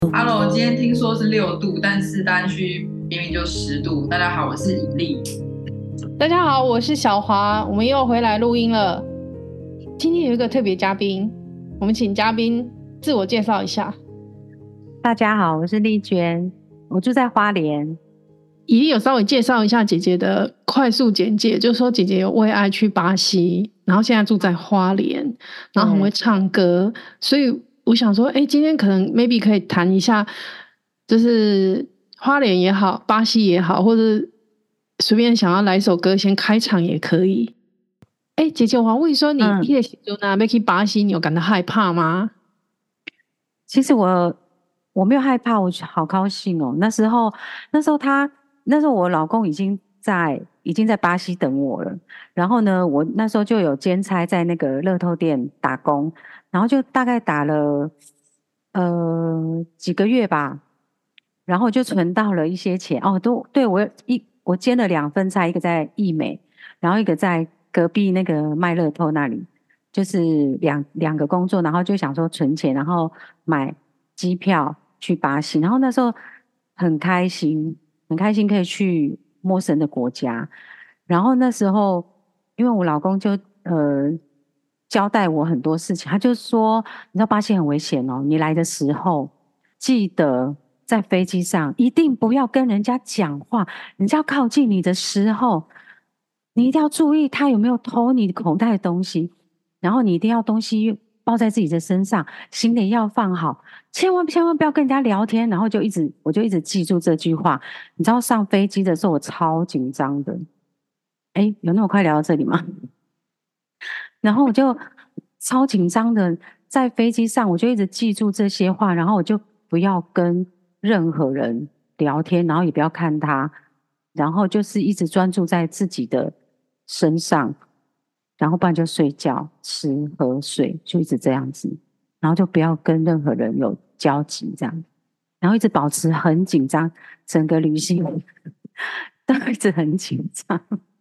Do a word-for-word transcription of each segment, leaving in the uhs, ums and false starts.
Hello，今天听说是六度，但是大安区明明就十度。大家好，我是尹丽。 大家好，我是小华，我们又回来录音了。今天有一个特别嘉宾，我们请嘉宾自我介绍一下。 大家好，我是丽娟，我住在花莲。 以利有稍微介绍一下姐姐的快速简介，就是说姐姐有为爱去巴西，然后现在住在花莲，然后很会唱歌，所以我想说，哎，今天可能 maybe 可以谈一下，就是花莲也好，巴西也好，或者随便想要来一首歌先开场也可以。哎，姐姐，我还问你说，你你的时候呢，要去巴西，你有感到害怕吗？ 其实我我没有害怕，我好高兴哦。那时候那时候他那时候我老公已经在已经在巴西等我了。然后呢，我那时候就有兼差在那个乐透店打工，然后就大概打了呃几个月吧，然后就存到了一些钱哦。都对我一我兼了两份差，一个在义美，然后一个在隔壁那个卖乐透那里。就是两两个工作，然后就想说存钱，然后买机票去巴西，然后那时候很开心，很开心可以去陌生的国家。然后那时候因为我老公就呃交代我很多事情，他就说，你知道巴西很危险哦，你来的时候记得在飞机上一定不要跟人家讲话，人家靠近你的时候，你一定要注意他有没有偷你口袋的东西。然后你一定要东西抱在自己的身上，行李要放好，千万千万不要跟人家聊天。然后就一直我就一直记住这句话。你知道上飞机的时候我超紧张的。哎，有那么快聊到这里吗？然后我就超紧张的，在飞机上我就一直记住这些话，然后我就不要跟任何人聊天，然后也不要看他，然后就是一直专注在自己的身上。然后不然就睡觉、吃、喝、睡，就一直这样子，然后就不要跟任何人有交集，这样，然后一直保持很紧张，整个旅行都一直很紧张。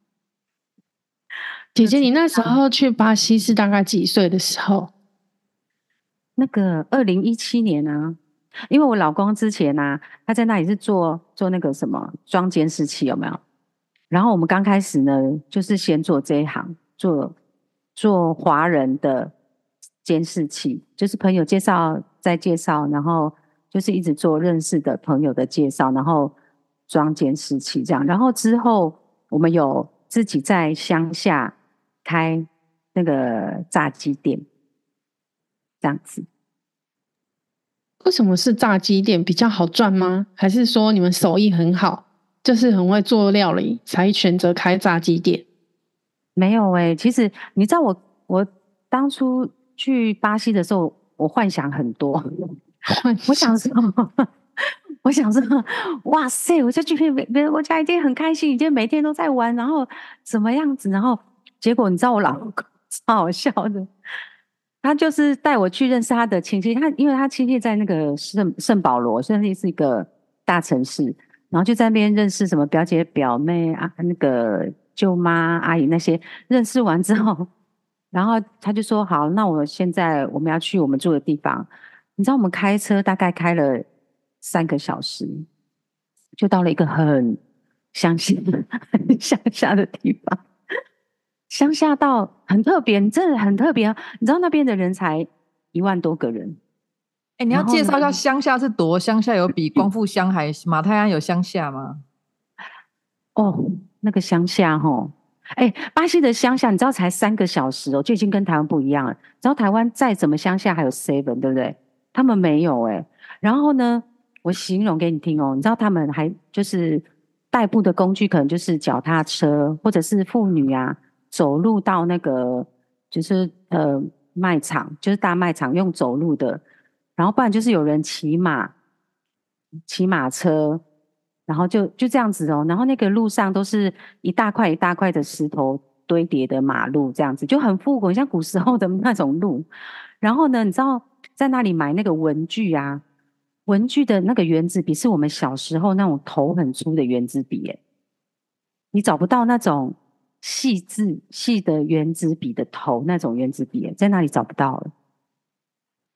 姐姐，你那时候去巴西是大概几岁的时候？ 那个二零一七年啊，因为我老公之前啊，他在那里是做做那个什么装监视器，有没有？然后我们刚开始呢，就是先做这一行，做做华人的监视器，就是朋友介绍再介绍，然后就是一直做认识的朋友的介绍，然后装监视器这样。然后之后我们有自己在乡下开那个炸鸡店，这样子。 为什么是炸鸡店比较好赚吗？还是说你们手艺很好，就是很会做料理，才选择开炸鸡店？ 没有诶、欸其实你知道我我当初去巴西的时候，我幻想很多。我想说，我想说，哇塞，我就去别别的国家一定很开心，一定每天都在玩，然后怎么样子，然后结果你知道我老公超好笑的，他就是带我去认识他的亲戚，他因为他亲戚在那个圣圣保罗，甚至是一个大城市，然后就在那边认识什么表姐、表妹啊，那个舅妈、阿姨那些，认识完之后，然后他就说好，那我现在我们要去我们住的地方。你知道我们开车大概开了三个小时，就到了一个很乡下、很乡下的地方。乡下到很特别，真的很特别啊。你知道那边的人才一万多个人。 哎，你要介绍一下乡下是多乡下，有比光复乡还马泰安有乡下吗？ 哦，那个乡下吼，哎，巴西的乡下，你知道才三个小时哦，就已经跟台湾不一样了。你知道台湾再怎么乡下还有 seven， 对不对？他们没有哎。然后呢，我形容给你听哦，你知道他们还就是代步的工具，可能就是脚踏车，或者是妇女啊，走路到那个就是呃卖场，就是大卖场用走路的，然后不然就是有人骑马，骑马车。然后就就这样子哦，然后那个路上都是一大块一大块的石头堆叠的马路，这样子就很复古，像古时候的那种路。然后呢，你知道在那里买那个文具啊，文具的那个圆珠笔是我们小时候那种头很粗的圆珠笔，耶，你找不到那种细致细的圆珠笔的头那种圆珠笔耶，在那里找不到了。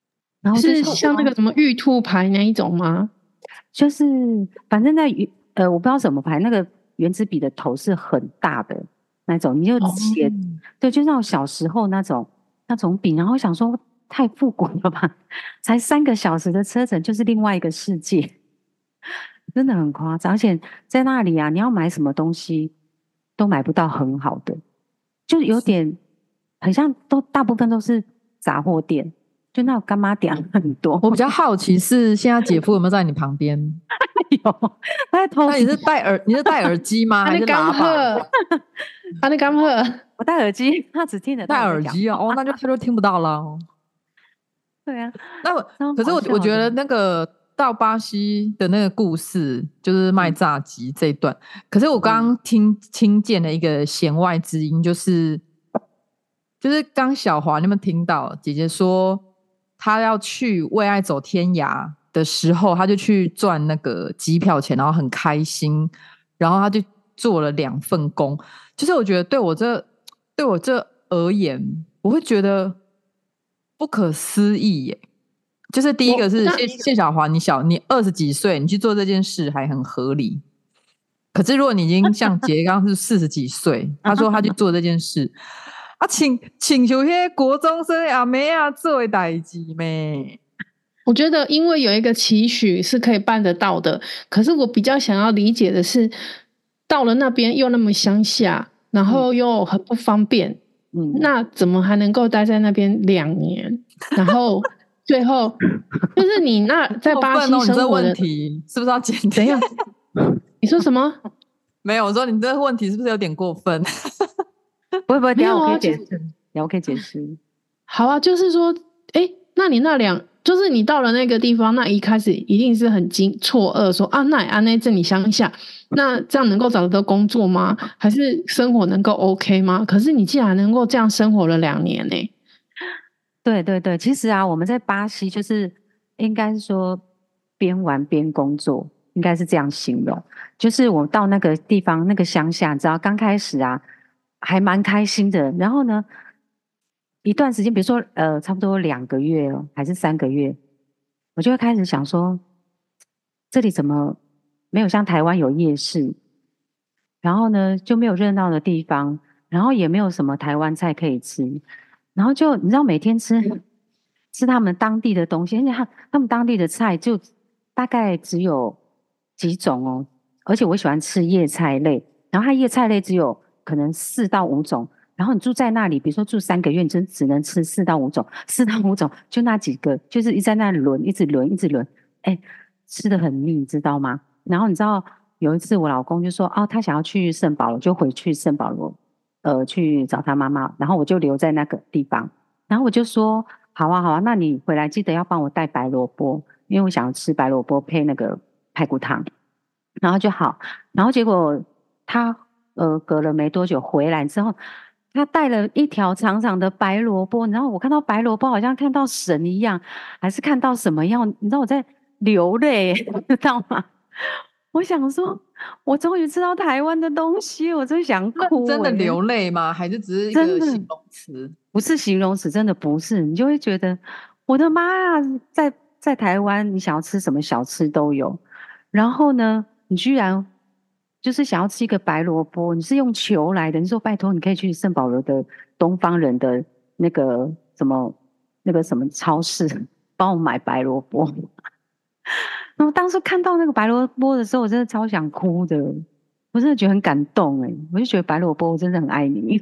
然后就是像那个什么玉兔牌那一种吗？ 就是反正在呃，我不知道怎么牌，那个原子笔的头是很大的那种，你就写、哦、对，就像小时候那种那种笔，然后想说太复古了吧，才三个小时的车程就是另外一个世界，真的很夸张。而且在那里啊，你要买什么东西都买不到很好的，就有点很像都大部分都是杂货店。就那种干妈店很多。 我比较好奇是现在姐夫有没有在你旁边？ 有，他在偷。 那你是戴耳你是戴耳机吗？还是喇叭？ 他那刚喝， 我戴耳机，他只听得到。 戴耳机哦，哦，那就他就听不到了。 对啊， 那可是我我觉得那个到巴西的那个故事，就是卖炸鸡这一段。嗯、可是我刚刚听听见了一个弦外之音，就是就是刚小华你们听到姐姐说。他要去为爱走天涯的时候，他就去赚那个机票钱，然后很开心，然后他就做了两份工。就是我觉得对我这对我这而言，我会觉得不可思议耶。就是第一个是谢谢小华，你小你二十几岁，你去做这件事还很合理。可是如果你已经像杰刚是四十几岁，他说他去做这件事。啊，请请求那些国中生阿妹啊做的代志咩？ 我觉得因为有一个期许是可以办得到的，可是我比较想要理解的是，到了那边又那么乡下，然后又很不方便，嗯，那怎么还能够待在那边两年？然后最后就是你那在巴西生活的、哦、你这问题是不是要剪掉？ 怎样？你说什么？ 没有，我说你这个问题是不是有点过分？ 不会不会，等一下我可以解释，等一下我可以解释。 好啊，就是说，哎，那你那两，就是你到了那个地方，那一开始一定是很惊错愕，说啊，那啊那这里乡下，那这样能够找得到工作吗？还是生活能够 OK 吗？可是你竟然能够这样生活了两年呢、欸？ 对对对，其实啊，我们在巴西就是应该是说边玩边工作，应该是这样形容。就是我到那个地方，那个乡下，你知道刚开始啊。还蛮开心的，然后呢，一段时间，比如说呃，差不多两个月哦，还是三个月，我就会开始想说，这里怎么没有像台湾有夜市，然后呢就没有热闹的地方，然后也没有什么台湾菜可以吃，然后就你知道每天吃吃他们当地的东西，而且他他们当地的菜就大概只有几种哦，而且我喜欢吃叶菜类，然后它叶菜类只有。可能四到五种，然后你住在那里，比如说住三个月，你就只能吃四到五种，四到五种就那几个，就是一直在那里轮，一直轮，一直轮，哎，吃得很腻，你知道吗？然后你知道有一次我老公就说，哦，他想要去圣保罗，就回去圣保罗，呃，去找他妈妈，然后我就留在那个地方，然后我就说，好啊，好啊，那你回来记得要帮我带白萝卜，因为我想要吃白萝卜配那个排骨汤，然后就好，然后结果他。呃，隔了没多久回来之后，他带了一条长长的白萝卜，然后我看到白萝卜好像看到神一样，还是看到什么样？你知道我在流泪，知道吗？我想说，我终于吃到台湾的东西，我真想哭、欸。 真的流泪吗？还是只是一个形容词？ 不是形容词，真的不是。你就会觉得，我的妈呀，在在台湾，你想要吃什么小吃都有，然后呢，你居然。就是想要吃一个白萝卜，你是用求来的。你说拜托，你可以去圣保罗的东方人的那个什么那个什么超市帮我买白萝卜。然后当时看到那个白萝卜的时候，我真的超想哭的，我真的觉得很感动哎、欸，我就觉得白萝卜我真的很爱你。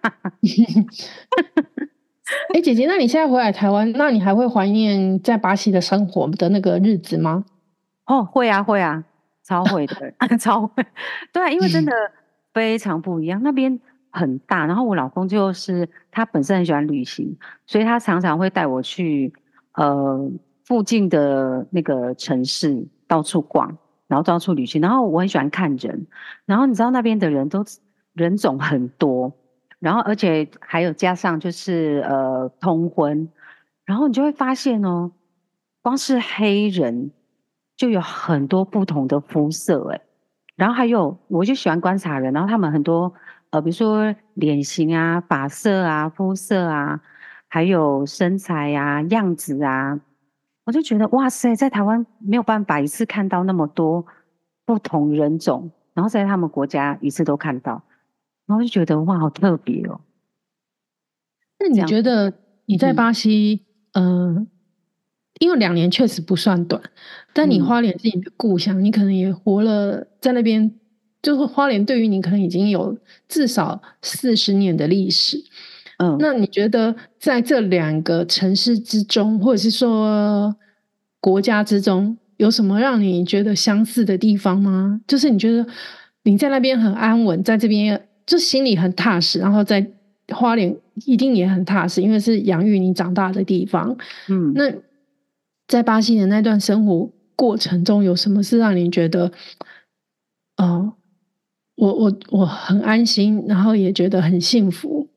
哎、欸，姐姐，那你现在回来台湾，那你还会怀念在巴西的生活的那个日子吗？ 哦，会啊，会啊。超会的，超会，对啊，因为真的非常不一样。那边很大，然后我老公就是他本身很喜欢旅行，所以他常常会带我去呃附近的那个城市到处逛，然后到处旅行。然后我很喜欢看人，然后你知道那边的人都人种很多，然后而且还有加上就是呃通婚，然后你就会发现哦，光是黑人。就有很多不同的肤色哎，然后还有我就喜欢观察人，然后他们很多呃，比如说脸型啊、发色啊、肤色啊，还有身材啊、样子啊， 我就觉得哇塞，在台湾没有办法一次看到那么多不同人种，然后在他们国家一次都看到，然后就觉得哇，好特别哦。 那你觉得你在巴西，嗯、呃，因为两年确实不算短，但你花莲是你的故乡，嗯、你可能也活了在那边，就是花莲对于你可能已经有至少四十年的历史。嗯，那你觉得在这两个城市之中，或者是说国家之中，有什么让你觉得相似的地方吗？就是你觉得你在那边很安稳，在这边就心里很踏实，然后在花莲一定也很踏实，因为是养育你长大的地方。嗯，那在巴西的那段生活过程中，有什么是让你觉得，哦，我我我很安心，然后也觉得很幸福？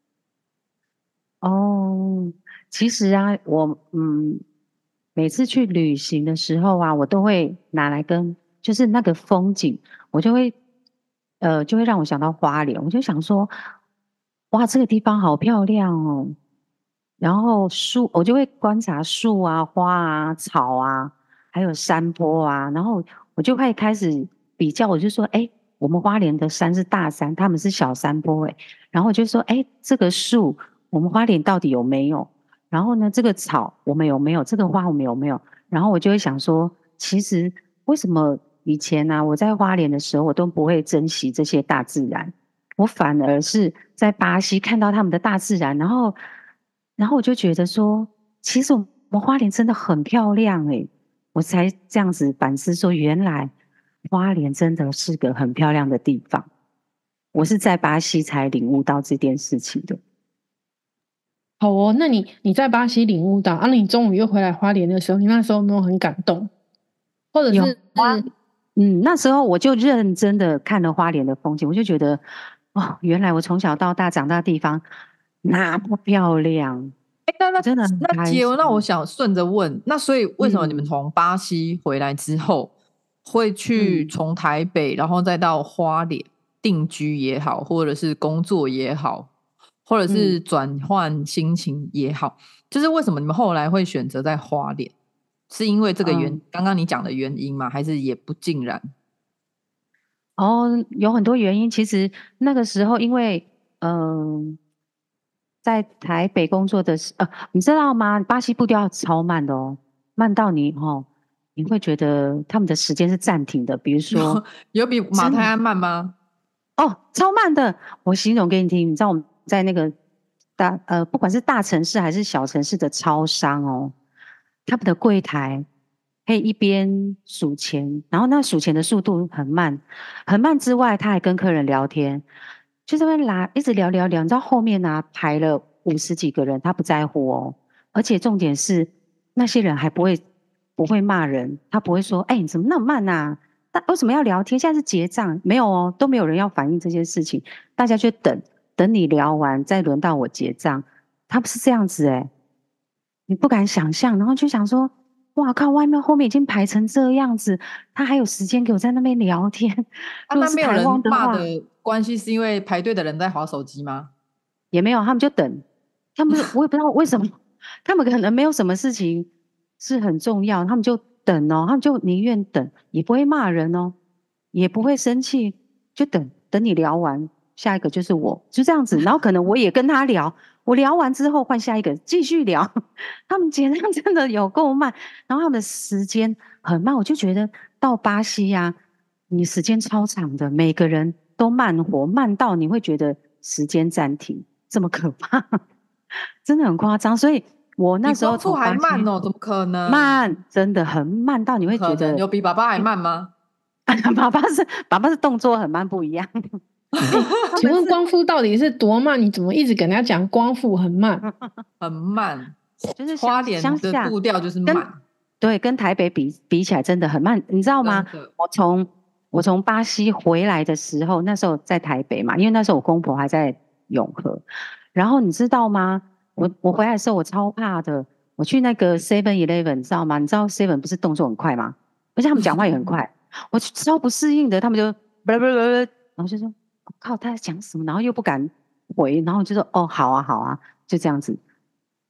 哦，其实啊，我嗯，每次去旅行的时候啊，我都会拿来跟，就是那个风景，我就会，呃，就会让我想到花莲。我就想说，哇，这个地方好漂亮哦。然后树，我就会观察树啊、花啊、草啊，还有山坡啊。然后我就会开始比较，我就说，哎，我们花莲的山是大山，他们是小山坡，哎。然后我就说，哎，这个树。我们花莲到底有没有？然后呢，这个草我们有没有？这个花我们有没有？然后我就会想说，其实为什么以前呢、啊，我在花莲的时候，我都不会珍惜这些大自然，我反而是在巴西看到他们的大自然，然后，然后我就觉得说，其实我们花莲真的很漂亮诶，我才这样子反思说，原来花莲真的是个很漂亮的地方。我是在巴西才领悟到这件事情的。 好哦，那你你在巴西领悟到，啊，你终于又回来花莲的时候，你那时候有没有很感动？或者是啊，嗯，那时候我就认真的看了花莲的风景，我就觉得，哦，原来我从小到大长大的地方那么漂亮。 哎，那那真的那杰，那我想顺着问，那所以为什么你们从巴西回来之后，嗯、会去从台北，然后再到花莲定居也好，或者是工作也好？或者是转换心情也好、嗯、就是为什么你们后来会选择在花莲？是因为这个原、嗯、刚刚你讲的原因吗？还是也不尽然？ 哦，有很多原因。其实那个时候因为嗯、呃，在台北工作的时呃，你知道吗？巴西步调超慢的哦，慢到你哦，你会觉得他们的时间是暂停的。比如说有, 有比马太安慢吗？ 哦，超慢的。我形容给你听，你知道我们在那个大呃，不管是大城市还是小城市的超商哦，他们的柜台可以一边数钱，然后那数钱的速度很慢，很慢之外，他还跟客人聊天，就这边拉一直聊聊聊，你知道后面呢、啊、排了五十几个人，他不在乎哦，而且重点是那些人还不会不会骂人，他不会说，哎、欸，你怎么那么慢啊？那为什么要聊天？现在是结账，没有哦，都没有人要反映这件事情，大家就等等你聊完，再轮到我结账。他不是这样子哎，你不敢想象，然后就想说，哇靠，外面后面已经排成这样子，他还有时间给我在那边聊天。 啊、那没有人骂的关系是因为排队的人在滑手机吗？ 也没有，他们就等，他们我也不知道为什么，他们可能没有什么事情是很重要，他们就。等哦，他们就宁愿等，也不会骂人哦，也不会生气，就等等你聊完，下一个就是我，就这样子。然后可能我也跟他聊，我聊完之后换下一个继续聊。他们结账真的有够慢，然后他们的时间很慢，我就觉得到巴西呀、啊，你时间超长的，每个人都慢活，慢到你会觉得时间暂停，这么可怕，真的很夸张，所以。我那时候从还慢哦，怎么可能？ 慢，真的很慢到你会觉得有比爸爸还慢吗？ 爸爸是爸爸是动作很慢不一样。 欸、请问光复到底是多慢？你怎么一直跟人家讲光复很慢？ 很慢， 就是花莲的步调就是慢。 对，跟台北比比起来真的很慢，你知道吗？我从我从巴西回来的时候，那时候在台北嘛，因为那时候我公婆还在永和，然后你知道吗？我我回来的时候我超怕的，我去那个 Seven Eleven 知道吗？你知道 Seven 不是动作很快吗？而且他们讲话也很快，我超不适应的。他们就啵啵啵啵，然后就说：“靠，他在讲什么？”然后又不敢回，然后就说：“哦，好啊，好啊。”就这样子。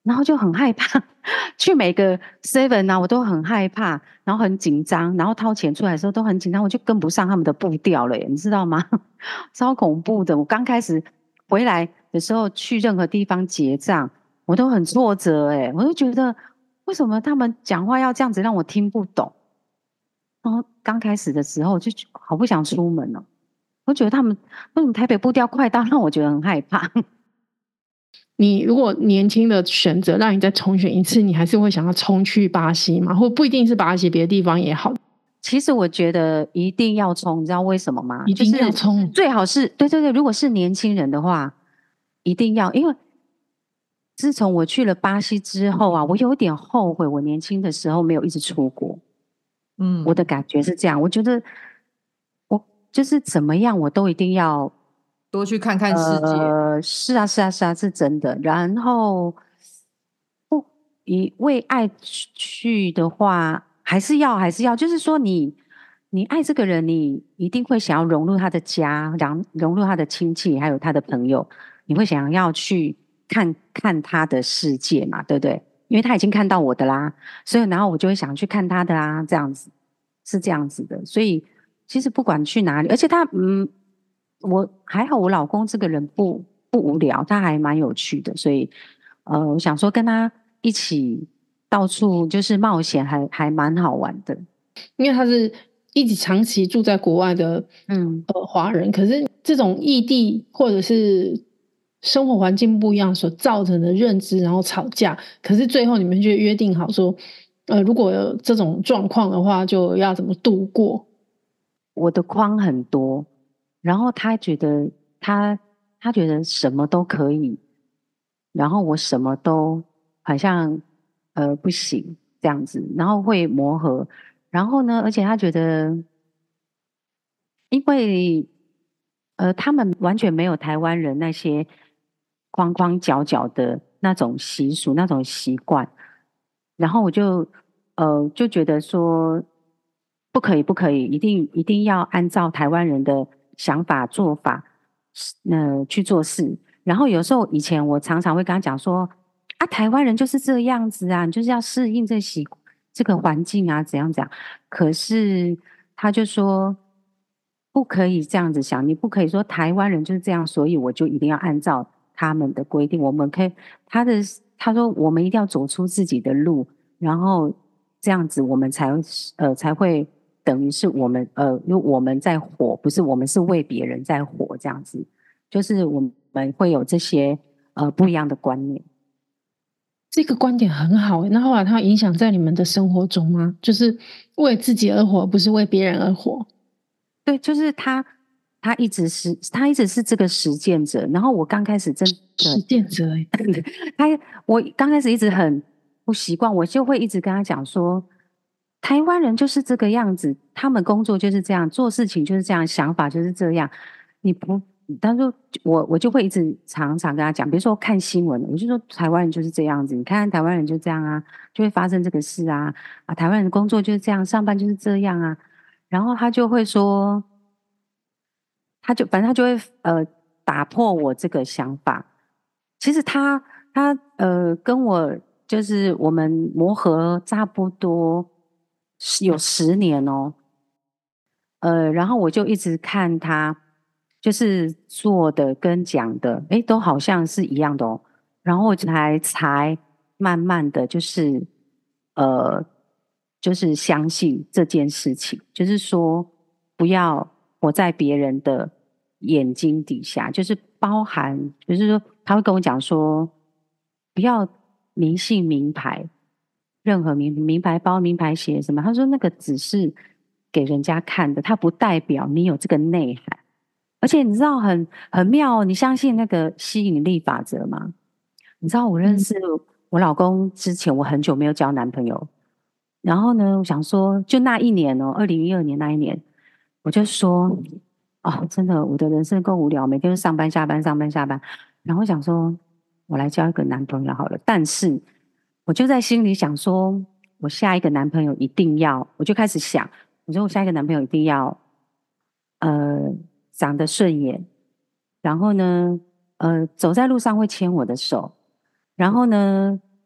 然后就很害怕，去每个 seven 啊，我都很害怕，然后很紧张，然后掏钱出来的时候都很紧张，我就跟不上他们的步调了耶，你知道吗？超恐怖的。我刚开始回来的时候，去任何地方结账，我都很挫折哎，我就觉得为什么他们讲话要这样子让我听不懂？然后刚开始的时候就好不想出门哦，我觉得他们为什么台北步调快到让我觉得很害怕。 你如果年轻的选择让你再重选一次，你还是会想要冲去巴西吗？或不一定是巴西，别的地方也好。 其实我觉得一定要冲，你知道为什么吗？ 一定要冲， 就是最好是对对对，如果是年轻人的话，一定要，因为自从我去了巴西之后啊，我有一点后悔，我年轻的时候没有一直出国。嗯，我的感觉是这样，我觉得我就是怎么样，我都一定要多去看看世界。 呃，是啊，是啊，是啊，是真的。然后不以为爱去的话，还是要，还是要，就是说你你爱这个人，你一定会想要融入他的家，融融入他的亲戚，还有他的朋友，你会想要去看看他的世界嘛，对不对？因为他已经看到我的啦，所以然后我就会想去看他的啊，这样子是这样子的。所以其实不管去哪里，而且他嗯，我还好，我老公这个人不不无聊，他还蛮有趣的，所以呃，我想说跟他一起到处就是冒险还，还还蛮好玩的。 因为他是一直长期住在国外的嗯呃华人，可是这种异地或者是生活环境不一样所造成的认知，然后吵架，可是最后你们就约定好说，呃，如果有这种状况的话，就要怎么度过。 我的框很多，然后他觉得他他觉得什么都可以，然后我什么都好像呃不行这样子，然后会磨合，然后呢，而且他觉得，因为呃他们完全没有台湾人那些框框角角的那种习俗、那种习惯，然后我就呃就觉得说不可以，不可以，一定一定要按照台湾人的想法做法，呃去做事。然后有时候以前我常常会跟他讲说啊，台湾人就是这样子啊，你就是要适应这习这个环境啊，怎样怎样。可是他就说不可以这样子想，你不可以说台湾人就是这样，所以我就一定要按照他们的规定。我们可以，他的他说我们一定要走出自己的路，然后这样子我们才呃才会等于是我们呃，因为我们在活，不是我们是为别人在活，这样子，就是我们会有这些呃不一样的观念。 这个观点很好欸，那后来它影响在你们的生活中吗？就是为自己而活，不是为别人而活。 对，就是他，他一直是他一直是这个实践者。然后我刚开始真的实践者欸， 他我刚开始一直很不习惯，我就会一直跟他讲说，台湾人就是这个样子，他们工作就是这样，做事情就是这样，想法就是这样。你不，他说我我就会一直常常跟他讲，比如说看新闻，我就说台湾人就是这样子，你看台湾人就这样啊，就会发生这个事啊啊，台湾人工作就是这样，上班就是这样啊。然后他就会说，他就反正他就会呃打破我这个想法。其实他他呃跟我就是我们磨合差不多有十年哦，呃，然后我就一直看他就是做的跟讲的，诶，都好像是一样的哦。然后我才才慢慢的就是呃，就是相信这件事情，就是说不要活在别人的眼睛底下，就是包含，就是说他会跟我讲说，不要迷信名牌，任何名名牌包、名牌鞋什么，他说那个只是给人家看的，它不代表你有这个内涵。而且你知道很很妙哦，你相信那个吸引力法则吗？你知道我认识我老公之前，我很久没有交男朋友。然后呢，我想说，就那一年哦，二零一二年那一年，我就说，哦，真的，我的人生够无聊，每天都上班下班上班下班。然后我想说，我来交一个男朋友好了。但是我就在心里想说，我下一个男朋友一定要，我就开始想，我说我下一个男朋友一定要，呃，长得顺眼，然后呢，呃，走在路上会牵我的手，然后呢，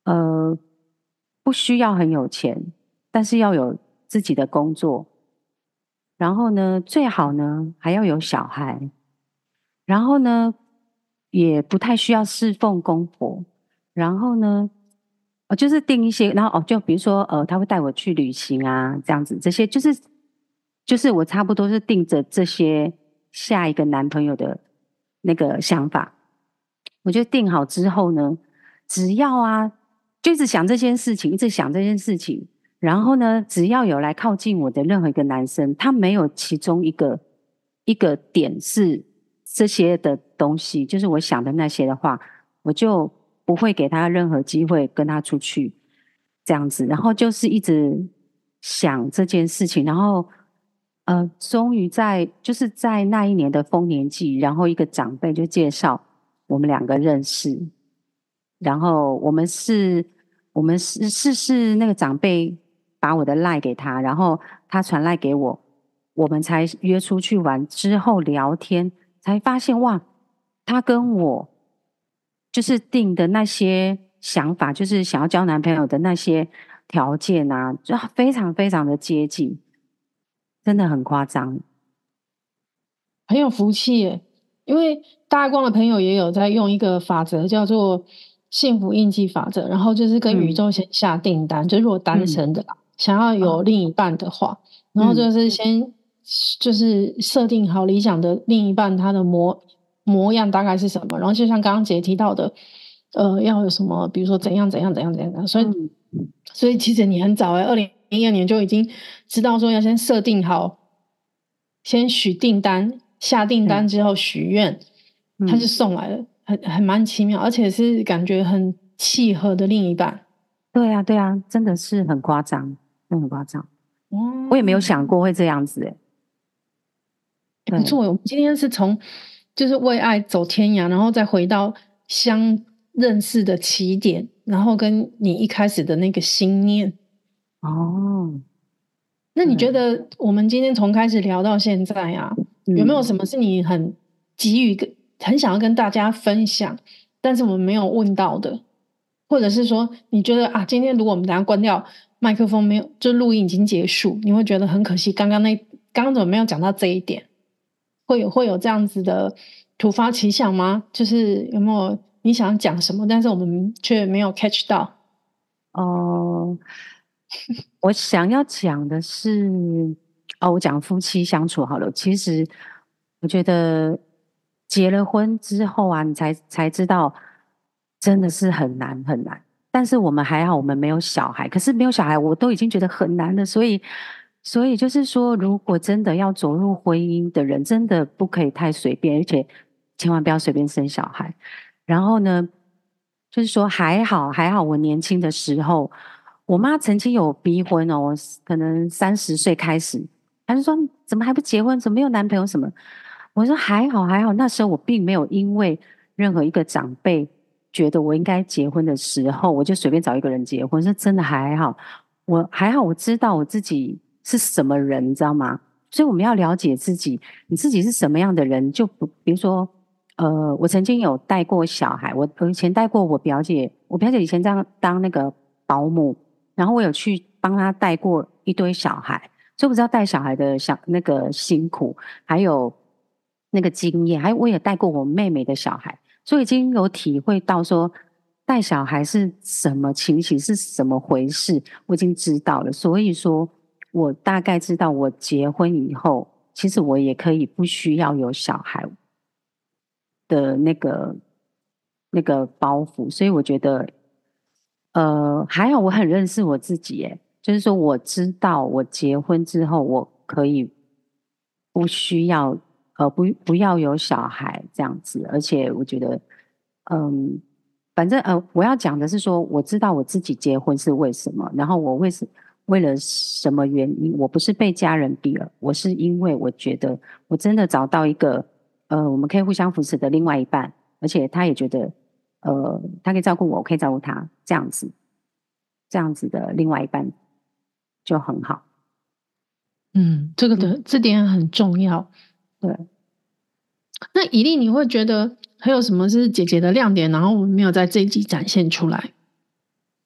呃，不需要很有钱，但是要有自己的工作，然后呢，最好呢还要有小孩，然后呢也不太需要侍奉公婆，然后呢，呃，就是定一些，然后哦，就比如说呃，他会带我去旅行啊，这样子，这些就是就是我差不多是定着这些下一个男朋友的那个想法。我就定好之后呢，只要啊，就一直想这件事情，一直想这件事情。然后呢，只要有来靠近我的任何一个男生，他没有其中一个一个点是这些的东西，就是我想的那些的话，我就不会给他任何机会跟他出去这样子。然后就是一直想这件事情，然后呃，终于在就是在那一年的丰年祭，然后一个长辈就介绍我们两个认识，然后我们是，我们是是是那个长辈把我的赖给他，然后他传赖给我，我们才约出去玩。之后聊天才发现，哇，他跟我就是定的那些想法，就是想要交男朋友的那些条件啊，就非常非常的接近，真的很夸张。 很有福气耶，因为大爱光的朋友也有在用一个法则，叫做幸福印记法则，然后就是跟宇宙先下订单，嗯、就如果单身的、嗯、想要有另一半的话，嗯、然后就是先就是设定好理想的另一半他的模模样大概是什么，然后就像刚刚姐提到的，呃，要有什么，比如说怎样怎样怎样怎样，所以、嗯、所以其实你很早哎，二零一二年就已经知道说要先设定好，先许订单。下订单之后许愿，嗯、他就送来了，很很蛮奇妙，而且是感觉很契合的另一半。 对啊，对啊，真的是很夸张，真的很夸张。嗯，我也没有想过会这样子哎。 不错，我们今天是从就是为爱走天涯，然后再回到相认识的起点，然后跟你一开始的那个心念。 哦， 那你觉得我们今天从开始聊到现在啊？有没有什么是你很急于跟很想要跟大家分享，但是我们没有问到的，或者是说你觉得啊，今天如果我们等一下关掉麦克风，没有就录音已经结束，你会觉得很可惜，刚刚那刚刚怎么没有讲到这一点？会有会有这样子的突发奇想吗？就是有没有你想讲什么，但是我们却没有 catch 到？ 哦、呃，我想要讲的是。哦，我讲夫妻相处好了。其实我觉得结了婚之后啊，你才才知道真的是很难很难。但是我们还好，我们没有小孩。可是没有小孩，我都已经觉得很难了。所以，所以就是说，如果真的要走入婚姻的人，真的不可以太随便，而且千万不要随便生小孩。然后呢，就是说还好还好，我年轻的时候，我妈曾经有逼婚哦，我可能三十岁开始。他就说怎么还不结婚，怎么没有男朋友什么。我说还好还好，那时候我并没有因为任何一个长辈觉得我应该结婚的时候，我就随便找一个人结婚。是真的还好，我还好，我知道我自己是什么人，你知道吗？所以我们要了解自己，你自己是什么样的人，就不比如说呃，我曾经有带过小孩，我我以前带过我表姐，我表姐以前当当那个保姆，然后我有去帮她带过一堆小孩。所以我知道带小孩的小那个辛苦，还有那个经验，还有我也带过我妹妹的小孩，所以已经有体会到说带小孩是什么情形，是什么回事，我已经知道了。所以说我大概知道，我结婚以后，其实我也可以不需要有小孩的那个那个包袱，所以我觉得，呃，还好我很认识我自己，耶。就是说，我知道我结婚之后，我可以不需要，呃，不不要有小孩这样子。而且我觉得，嗯，反正呃，我要讲的是说，我知道我自己结婚是为什么，然后我为什为了什么原因，我不是被家人逼了，我是因为我觉得我真的找到一个，呃，我们可以互相扶持的另外一半，而且他也觉得，呃，他可以照顾我，我可以照顾他，这样子，这样子的另外一半。就很好， 嗯，这个的、嗯、这点很重要。 对， 那以利，你会觉得还有什么是姐姐的亮点，然后我们没有在这一集展现出来？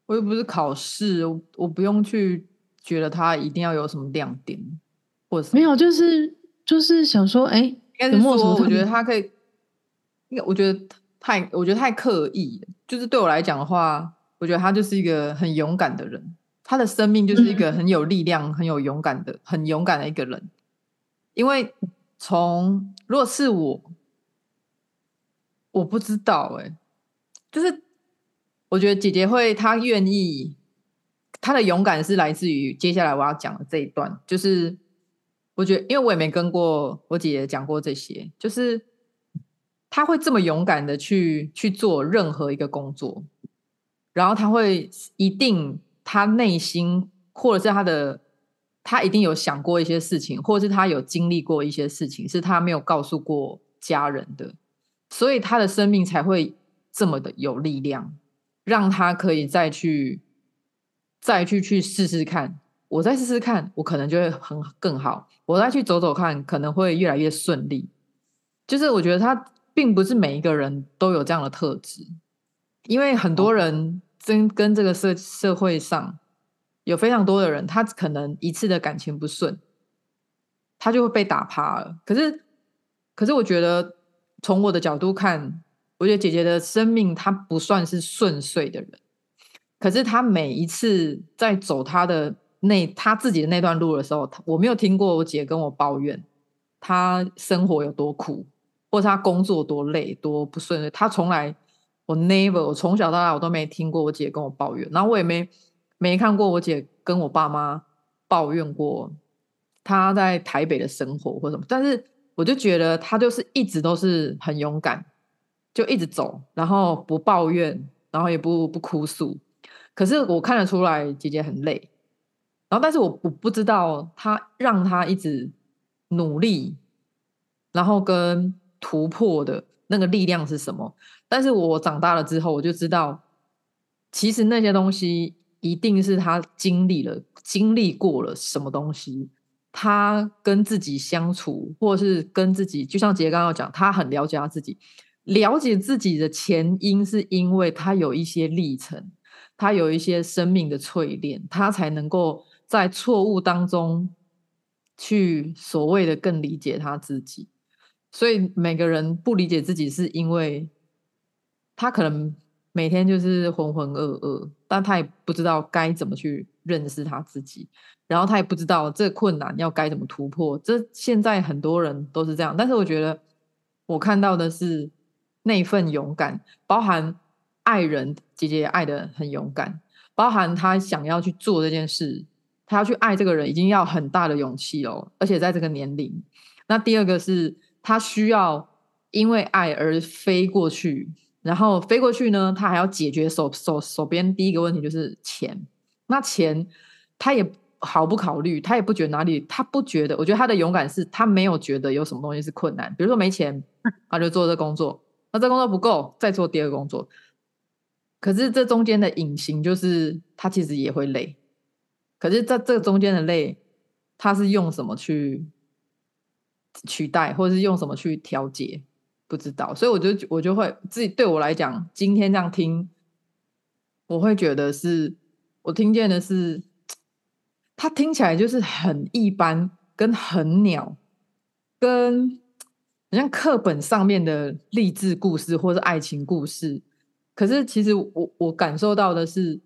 我又不是考试，我我不用去觉得它一定要有什么亮点，或者没有，就是就是想说，哎， 应该是说，我觉得他可以，应该我觉得太，我觉得太刻意了。就是对我来讲的话，我觉得他就是一个很勇敢的人，他的生命就是一个很有力量、很有勇敢的、很勇敢的一个人。因为从如果是我，我不知道哎、欸，就是我觉得姐姐会，她愿意，她的勇敢是来自于接下来我要讲的这一段，就是我觉得，因为我也没跟过我姐姐讲过这些，就是她会这么勇敢的去去做任何一个工作，然后她会一定她内心或者是她的她一定有想过一些事情，或者是她有经历过一些事情，是她没有告诉过家人的，所以她的生命才会这么的有力量，让她可以再去再去去试试看。我再试试看，我可能就会很更好。我再去走走看，可能会越来越顺利。就是我觉得他并不是每一个人都有这样的特质，因为很多人真跟这个社社会上有非常多的人，他可能一次的感情不顺，他就会被打趴了。可是，可是我觉得从我的角度看，我觉得姐姐的生命她不算是顺遂的人。可是他每一次在走他的那他自己的那段路的时候，我没有听过我姐跟我抱怨他生活有多苦，或者他工作多累多不顺利。他从来我 never 我从小到大我都没听过我姐跟我抱怨，然后我也没没看过我姐跟我爸妈抱怨过他在台北的生活或什么。但是我就觉得他就是一直都是很勇敢，就一直走，然后不抱怨，然后也不不哭诉。可是我看得出来姐姐很累，然后但是我我不知道她让她一直努力，然后跟突破的那个力量是什么。但是我长大了之后，我就知道，其实那些东西一定是她经历了、经历过了什么东西。她跟自己相处，或者是跟自己，就像姐姐刚刚讲，她很了解她自己，了解自己的前因是因为她有一些历程。他有一些生命的淬炼，他才能够在错误当中去所谓的更理解他自己。所以每个人不理解自己，是因为他可能每天就是浑浑噩噩，但他也不知道该怎么去认识他自己，然后他也不知道这困难要该怎么突破。这现在很多人都是这样，但是我觉得我看到的是那份勇敢，包含爱人，姐姐也爱得很勇敢，包含她想要去做这件事，她要去爱这个人，已经要很大的勇气了，而且在这个年龄。那第二个是她需要因为爱而飞过去，然后飞过去呢，她还要解决手手手边第一个问题就是钱。那钱她也毫不考虑，她也不觉得哪里，她不觉得。我觉得她的勇敢是她没有觉得有什么东西是困难，比如说没钱，她就做这工作，那这工作不够，再做第二个工作。可是这中间的隐形就是他其实也会累，可是在这个中间的累，他是用什么去取代，或者是用什么去调节，不知道。所以我就我就会自己对我来讲，今天这样听，我会觉得是我听见的是，他听起来就是很一般，跟很鸟，跟好像课本上面的励志故事或是爱情故事。可是其实我我感受到的是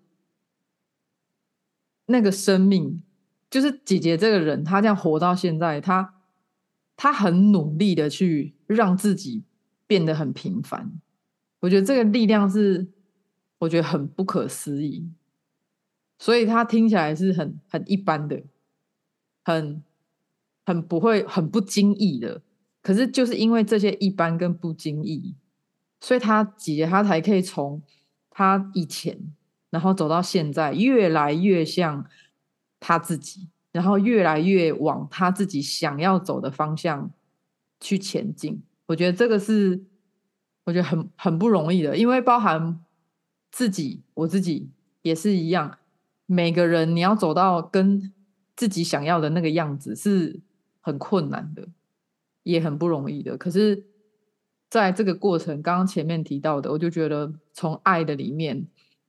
那个生命，就是姐姐这个人，她这样活到现在，她她很努力的去让自己变得很平凡。我觉得这个力量是我觉得很不可思议，所以她听起来是很很一般的，很很不会很不经意的。可是就是因为这些一般跟不经意，所以他姐姐她才可以从他以前，然后走到现在，越来越像他自己，然后越来越往他自己想要走的方向去前进。我觉得这个是我觉得很很不容易的，因为包含自己，我自己也是一样。每个人你要走到跟自己想要的那个样子是很困难的，也很不容易的。可是在这个过程，刚刚前面提到的，我就觉得从爱的里面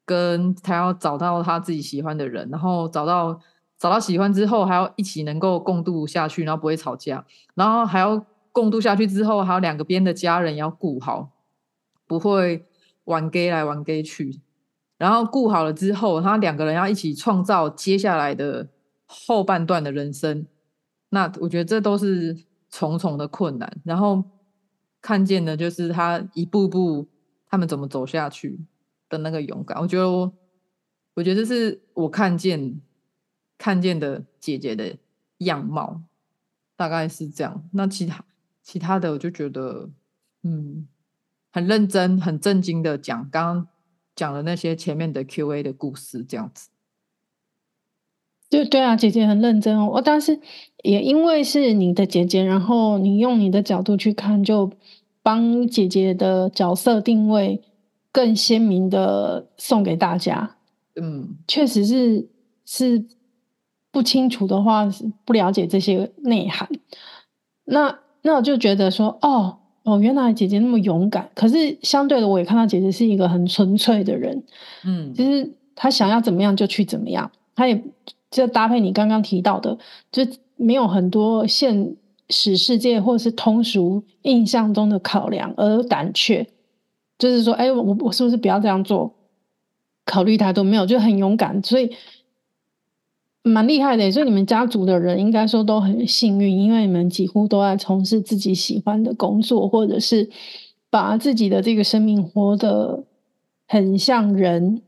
跟他要找到他自己喜欢的人，然后找到找到喜欢之后还要一起能够共度下去，然后不会吵架，然后还要共度下去之后还有两个边的家人要顾好，不会玩 gay 来玩 gay 去，然后顾好了之后他两个人要一起创造接下来的后半段的人生，那我觉得这都是重重的困难，然后看见的就是他一步步他们怎么走下去的那个勇敢，我觉得我我觉得这是我看见看见的姐姐的样貌，大概是这样。那其他其他的我就觉得嗯很认真很震惊的讲刚刚讲的那些前面的 Q A 的故事这样子。 对对啊，姐姐很认真哦。但是也因为是你的姐姐，然后你用你的角度去看，就帮姐姐的角色定位更鲜明的送给大家。 嗯， 确实是是不清楚的话，是不了解这些内涵。那那我就觉得说，哦哦，原来姐姐那么勇敢。可是相对的，我也看到姐姐是一个很纯粹的人。 嗯， 就是她想要怎么样就去怎么样，她也就搭配你刚刚提到的，就没有很多现实世界或者是通俗印象中的考量而胆怯。就是说，哎，我我是不是不要这样做？考虑太多没有，就很勇敢，所以蛮厉害的。所以你们家族的人应该说都很幸运，因为你们几乎都在从事自己喜欢的工作，或者是把自己的这个生命活得很像人，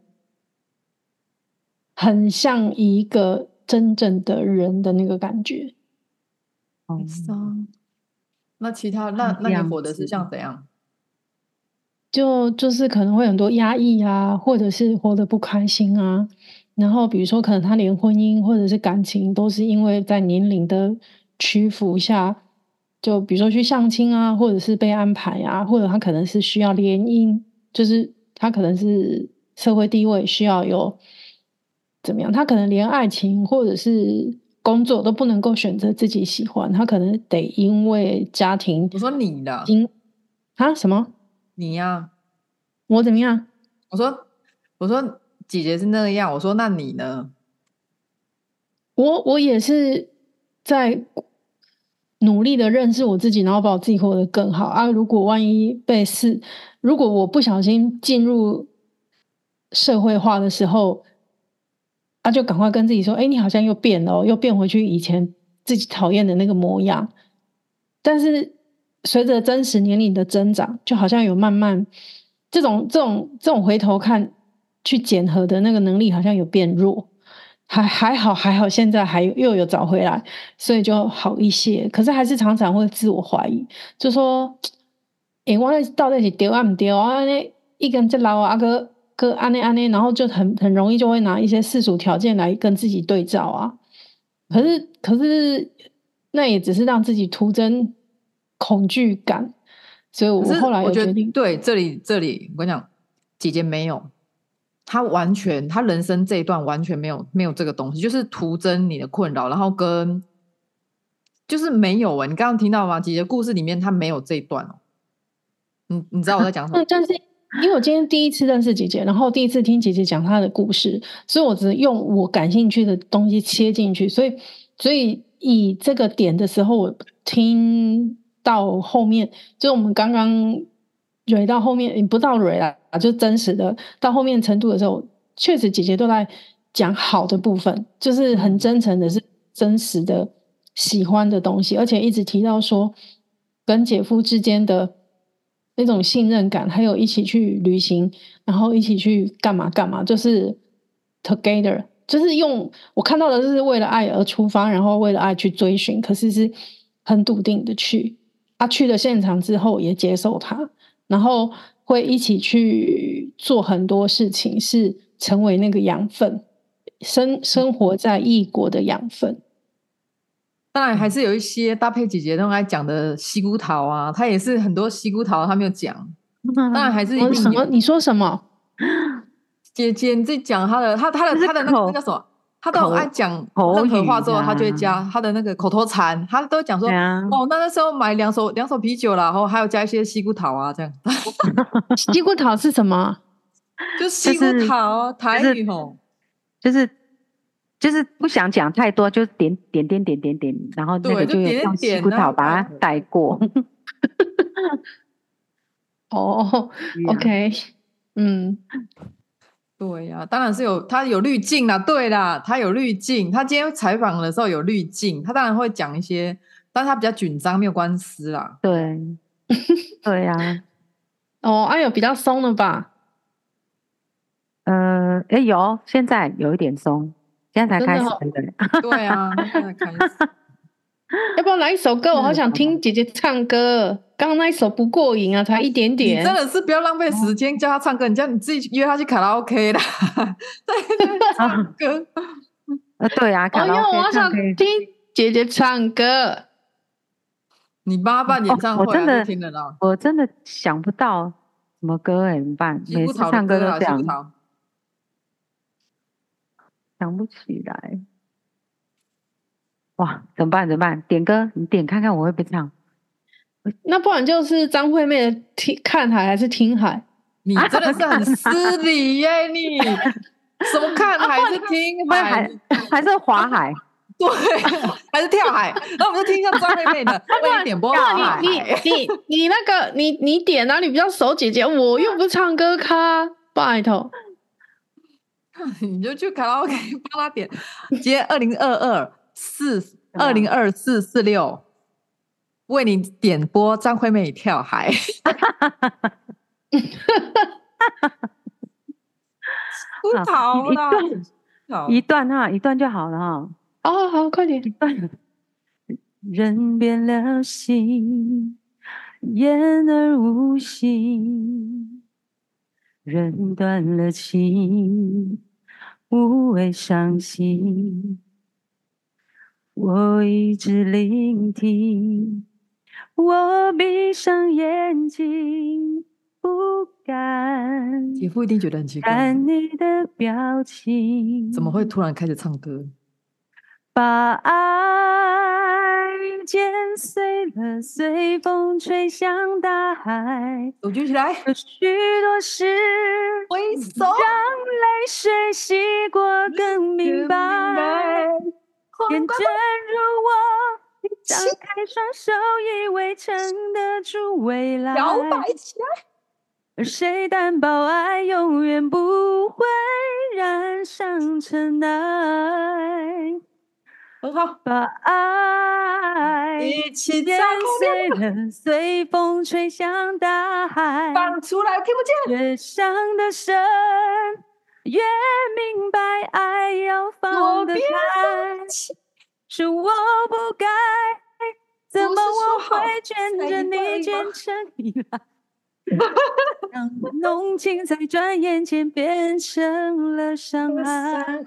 很像一个真正的人的那个感觉。 哦， 那其他那那你活的是像怎样？ 就就是可能会很多压抑啊，或者是活得不开心啊。然后比如说，可能他连婚姻或者是感情都是因为在年龄的屈服下，就比如说去相亲啊，或者是被安排啊，或者他可能是需要联姻，就是他可能是社会地位需要有怎么样，他可能连爱情或者是工作都不能够选择自己喜欢，他可能得因为家庭。 我说你的， 因啊什么？ 你呀、啊？ 我怎么样？ 我说我说姐姐是那样，我说那你呢？ 我我也是在努力的认识我自己，然后把我自己活得更好啊。如果万一被是，如果我不小心进入社会化的时候，啊，就赶快跟自己说，哎，你好像又变了、哦，又变回去以前自己讨厌的那个模样。但是随着真实年龄的增长，就好像有慢慢这种这种这种回头看去检核的那个能力好像有变弱，还还好还好，现在还又有找回来，所以就好一些。可是还是常常会自我怀疑，就说，诶，我到底是对啊不对啊？安尼一根这老啊个个安尼安尼，然后就很很容易就会拿一些世俗条件来跟自己对照啊。可是可是那也只是让自己徒增恐惧感，所以我后来有决定， 对，这里这里我跟你讲，姐姐没有，她完全她人生这一段完全没有没有这个东西，就是徒增你的困扰，然后跟就是没有啊、欸，你刚刚听到吗？姐姐故事里面她没有这一段哦，你你知道我在讲什么？ 但是因为我今天第一次认识姐姐，然后第一次听姐姐讲她的故事，所以我只用我感兴趣的东西切进去，所以所以以这个点的时候，我听到后面，就我们刚刚蕊到后面，不到蕊啦，就真实的到后面程度的时候，确实姐姐都在讲好的部分，就是很真诚的，是真实的喜欢的东西，而且一直提到说跟姐夫之间的那种信任感，还有一起去旅行，然后一起去干嘛干嘛，就是 together， 就是用我看到的是为了爱而出发，然后为了爱去追寻，可是是很笃定的去。他、啊、去了现场之后也接受他，然后会一起去做很多事情，是成为那个养分，生生活在异国的养分。 当然还是有一些搭配姐姐都爱讲的西菇桃啊，她也是很多西菇桃她没有讲，当然还是一定什么？你说什么？ 姐姐你自己讲她的，她她的她的那个那叫什么？她都爱讲任何话之后，她就会加她的那个口头禅，她都讲说、啊、哦，那那时候买两手两手啤酒啦，然后还有加一些西菇桃啊，这样。 西菇桃是什么？ 就西骨桃台语吼， 就是就是不想讲太多，就点点点点点点，然后那个就用西骨桃把它带过。 哦 ，OK， 嗯， 对呀、啊，当然是有，他有滤镜啦，对啦，他有滤镜，他今天采访的时候有滤镜，他当然会讲一些，但是他比较紧张，没有官司啦。 对，对呀、啊。 哦，哎、啊、有比较松了吧？ 呃，哎，有，现在有一点松，现在才开始的。 对啊，现在开始。 要不要来一首歌？我好想听姐姐唱歌。刚刚那一首不过瘾啊，才一点点。 你真的是不要浪费时间叫他唱歌，你叫你自己约他去卡拉 OK 啦。对，唱歌。 呃，对啊，卡拉 OK 哦，我好想听姐姐唱歌。 你帮他办演唱会、啊， 哦、我真的听得到。 我真的想不到什么歌哎，怎么办？每次唱歌都这样，想不起来。哇，怎么办？怎么办？点歌，你点看看我会不会唱。 那不然就是张惠妹的听看海还是听海？ 你真的是很失礼耶！你什么看海是听海， 还还是滑海？ 对，还是跳海？那我们就听一下张惠妹的，为你点播滑海。 你你你你那个你你点哪里比较熟？姐姐，我又不是唱歌咖，拜托。 你就去卡拉 OK 帮他点，接二零二二四二零二四四六，为你点播张惠妹跳海。不逃啦， 一段哈，一段就好了哈。 哦，好，快点。 一段。人变了心，言而无信，人断了情，无谓伤心。我一直聆听，我闭上眼睛，不敢。 姐夫一定觉得很奇怪， 看你的表情， 怎么会突然开始唱歌？ 把爱剪碎了，随风吹向大海。 手举起来， 有许多事， 挥手， 让泪水洗过更明白。天真如我，张开双手，以为撑得住未来。 摇摆起来。 而谁担保爱永远不会染上尘埃？ 很好， 把爱一起剪碎了，随风吹向大海。 放出来，听不见。越伤得深，越明白爱要放得开。是我不该，怎么我会眷着你坚持以来？让浓情在转眼间变成了伤害。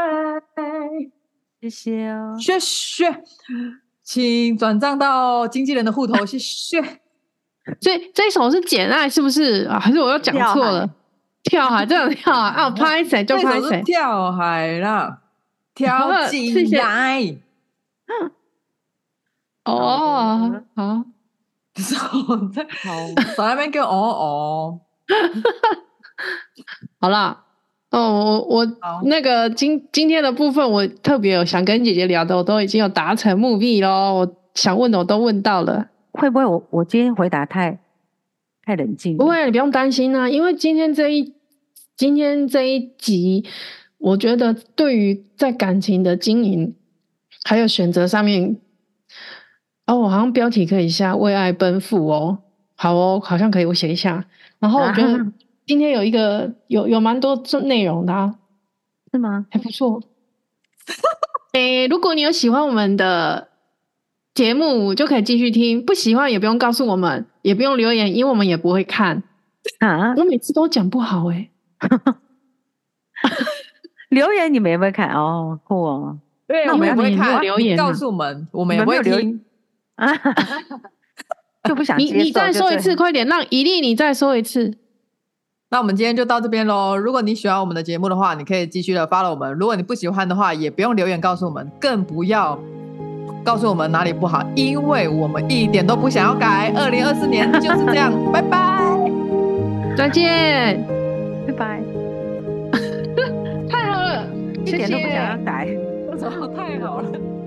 谢谢哦， 谢谢，请转账到经纪人的户头，谢谢。 这这一首是简爱是不是啊？还是我又讲错了？跳海这样跳海啊，拍谁就拍谁。 跳海啦，跳进来。 哦，好。 手在手那边跟哦哦， 好啦，哦，我我那个今今天的部分，我特别有想跟姐姐聊的，我都已经有达成目的咯。我想问的我都问到了， 会不会我我今天回答太太冷静？ 不会，你不用担心啊，因为今天这一今天这一集，我觉得对于在感情的经营还有选择上面。哦，我好像标题可以下为爱奔赴哦，好哦，好像可以，我写一下。然后我觉得今天有一个有有蛮多内容的、啊， 是吗？ 还不错。诶，如果你有喜欢我们的节目，就可以继续听；不喜欢也不用告诉我们，也不用留言，因为我们也不会看。 啊， 我每次都讲不好诶、 欸。留言你们也不会看哦，酷哦。 对，我们也不会看留言、 啊，告诉我们，我们也不会听。 啊，就不想接受。 你你再说一次，快点，让怡丽你再说一次。 那我们今天就到这边咯。如果你喜欢我们的节目的话，你可以继续的 follow 我们；如果你不喜欢的话，也不用留言告诉我们，更不要告诉我们哪里不好，因为我们一点都不想要改。二零二四年就是这样，拜拜， 再见。 拜拜。 太好了， 一点都不想要改。 太好了。